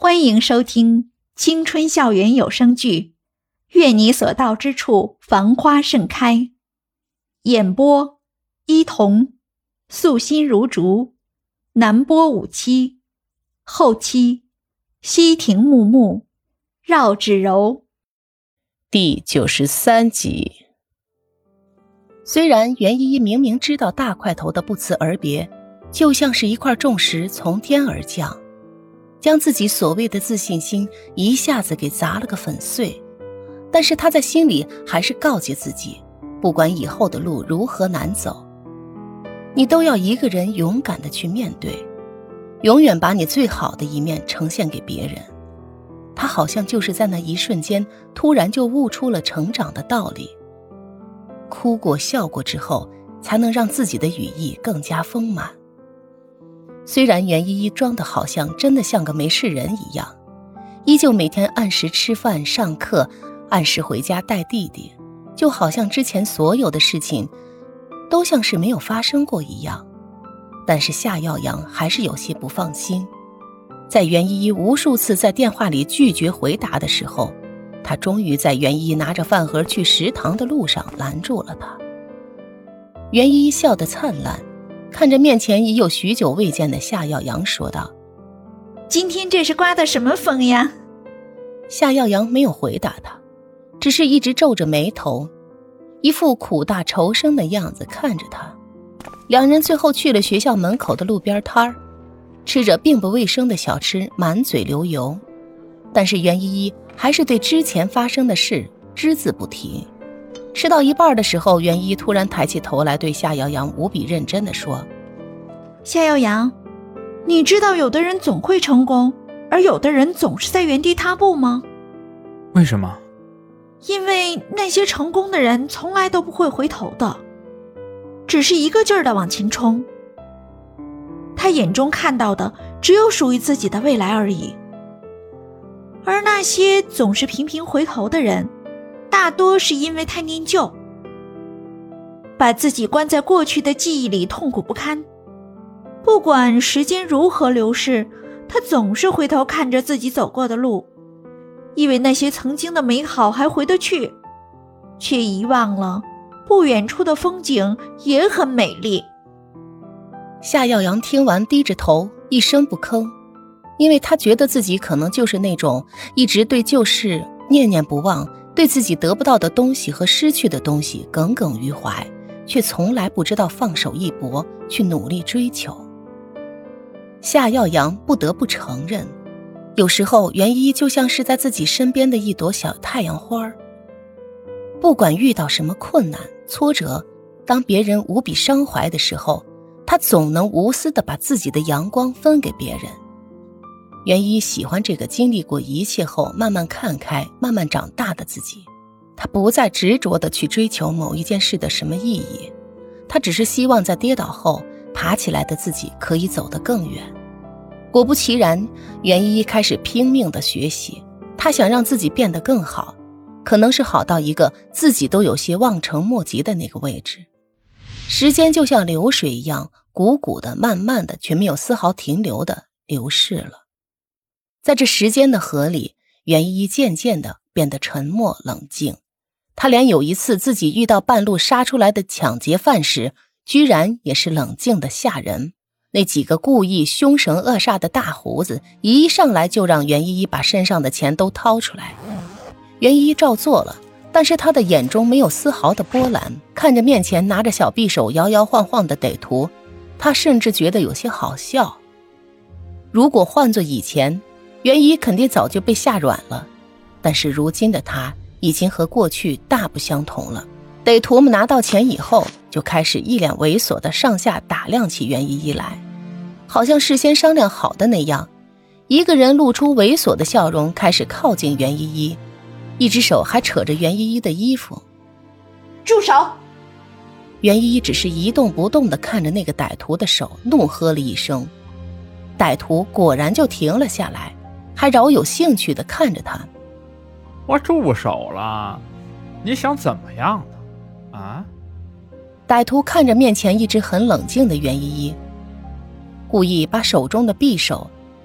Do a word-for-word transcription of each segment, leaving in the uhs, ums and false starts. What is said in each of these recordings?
欢迎收听青春校园有声剧，愿你所到之处繁花盛开。演播：伊童，素心如竹，南波五七，后期：西亭木木，绕指柔。 第九十三集。虽然袁依依明明知道大块头的不辞而别就像是一块重石从天而降，将自己所谓的自信心一下子给砸了个粉碎，但是他在心里还是告诫自己，不管以后的路如何难走，你都要一个人勇敢地去面对，永远把你最好的一面呈现给别人。他好像就是在那一瞬间突然就悟出了成长的道理，哭过笑过之后才能让自己的羽翼更加丰满。虽然袁依依装得好像真的像个没事人一样，依旧每天按时吃饭上课，按时回家带弟弟，就好像之前所有的事情都像是没有发生过一样，但是夏耀阳还是有些不放心。在袁依依无数次在电话里拒绝回答的时候，他终于在袁依依拿着饭盒去食堂的路上拦住了他。袁依依笑得灿烂，看着面前已有许久未见的夏耀阳说道： 今天这是刮的什么风呀？ 夏耀阳没有回答他，只是一直皱着眉头，一副苦大仇深的样子看着他。两人最后去了学校门口的路边摊儿，吃着并不卫生的小吃，满嘴流油，但是袁依依还是对之前发生的事只字不提。吃到一半的时候，袁依依突然抬起头来对夏耀阳无比认真地说： 夏耀阳，你知道有的人总会成功，而有的人总是在原地踏步吗？ 为什么？ 因为那些成功的人从来都不会回头的，只是一个劲儿地往前冲。他眼中看到的只有属于自己的未来而已，而那些总是频频回头的人，大多是因为太念旧，把自己关在过去的记忆里，痛苦不堪。不管时间如何流逝，他总是回头看着自己走过的路，以为那些曾经的美好还回得去，却遗忘了不远处的风景也很美丽。 夏耀阳听完低着头一声不吭，因为他觉得自己可能就是那种一直对旧事念念不忘，对自己得不到的东西和失去的东西耿耿于怀，却从来不知道放手一搏，去努力追求。夏耀阳不得不承认，有时候袁依依就像是在自己身边的一朵小太阳花，不管遇到什么困难挫折，当别人无比伤怀的时候，他总能无私地把自己的阳光分给别人。袁依依喜欢这个经历过一切后慢慢看开慢慢长大的自己，他不再执着地去追求某一件事的什么意义，他只是希望在跌倒后爬起来的自己可以走得更远。果不其然，袁依依开始拼命地学习，她想让自己变得更好，可能是好到一个自己都有些望尘莫及的那个位置。时间就像流水一样，汩汩的慢慢的却没有丝毫停留的流逝了。在这时间的河里，袁依依渐渐的变得沉默冷静，她连有一次自己遇到半路杀出来的抢劫犯时，居然也是冷静的吓人。那几个故意凶神恶煞的大胡子一上来就让袁依依把身上的钱都掏出来。袁依依照做了，但是她的眼中没有丝毫的波澜，看着面前拿着小匕首摇摇晃晃的歹徒，她甚至觉得有些好笑。如果换做以前，袁依依肯定早就被吓软了，但是如今的她已经和过去大不相同了。歹徒们拿到钱以后，就开始一脸猥琐的上下打量起袁依依来，好像事先商量好的那样。一个人露出猥琐的笑容，开始靠近袁依依，一只手还扯着袁依依的衣服。 住手！ 袁依依只是一动不动地看着那个歹徒的手，怒喝了一声。歹徒果然就停了下来，还饶有兴趣地看着他。 我住手了，你想怎么样呢？啊？ 歹徒看着面前一直很冷静的袁依依，故意把手中的匕首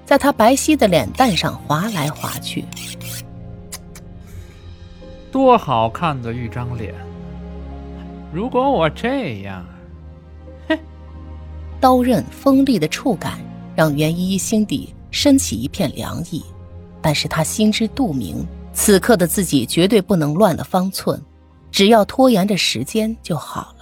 在他白皙的脸蛋上划来划去。 多好看的一张脸！如果我这样，嘿！ 刀刃锋利的触感让袁依依心底升起一片凉意，但是他心知肚明，此刻的自己绝对不能乱了方寸，只要拖延着时间就好了。